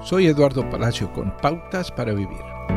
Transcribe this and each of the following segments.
Soy Eduardo Palacio con Pautas para Vivir.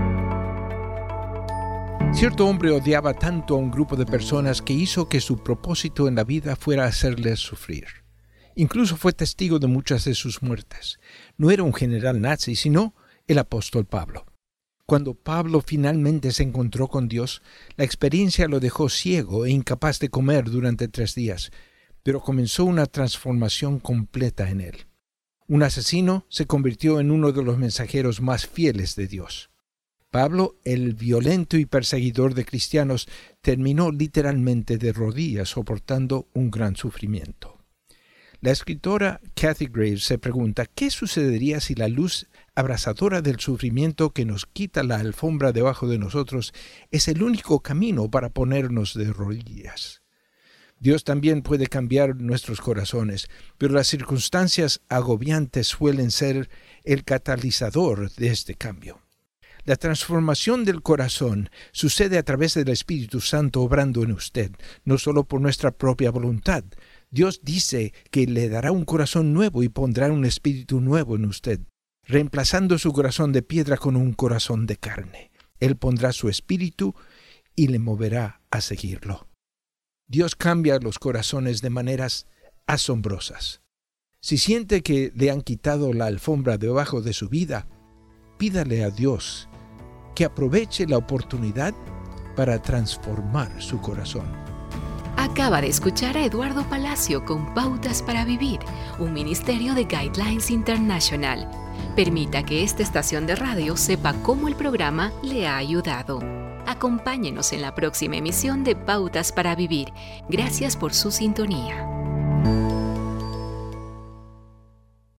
Cierto hombre odiaba tanto a un grupo de personas que hizo que su propósito en la vida fuera hacerles sufrir. Incluso fue testigo de muchas de sus muertes. No era un general nazi, sino el apóstol Pablo. Cuando Pablo finalmente se encontró con Dios, la experiencia lo dejó ciego e incapaz de comer durante 3 días, pero comenzó una transformación completa en él. Un asesino se convirtió en uno de los mensajeros más fieles de Dios. Pablo, el violento y perseguidor de cristianos, terminó literalmente de rodillas soportando un gran sufrimiento. La escritora Kathy Graves se pregunta ¿qué sucedería si la luz abrasadora del sufrimiento que nos quita la alfombra debajo de nosotros es el único camino para ponernos de rodillas? Dios también puede cambiar nuestros corazones, pero las circunstancias agobiantes suelen ser el catalizador de este cambio. La transformación del corazón sucede a través del Espíritu Santo obrando en usted, no solo por nuestra propia voluntad. Dios dice que le dará un corazón nuevo y pondrá un espíritu nuevo en usted, reemplazando su corazón de piedra con un corazón de carne. Él pondrá su espíritu y le moverá a seguirlo. Dios cambia los corazones de maneras asombrosas. Si siente que le han quitado la alfombra debajo de su vida, pídale a Dios que aproveche la oportunidad para transformar su corazón. Acaba de escuchar a Eduardo Palacio con Pautas para Vivir, un ministerio de Guidelines International. Permita que esta estación de radio sepa cómo el programa le ha ayudado. Acompáñenos en la próxima emisión de Pautas para Vivir. Gracias por su sintonía.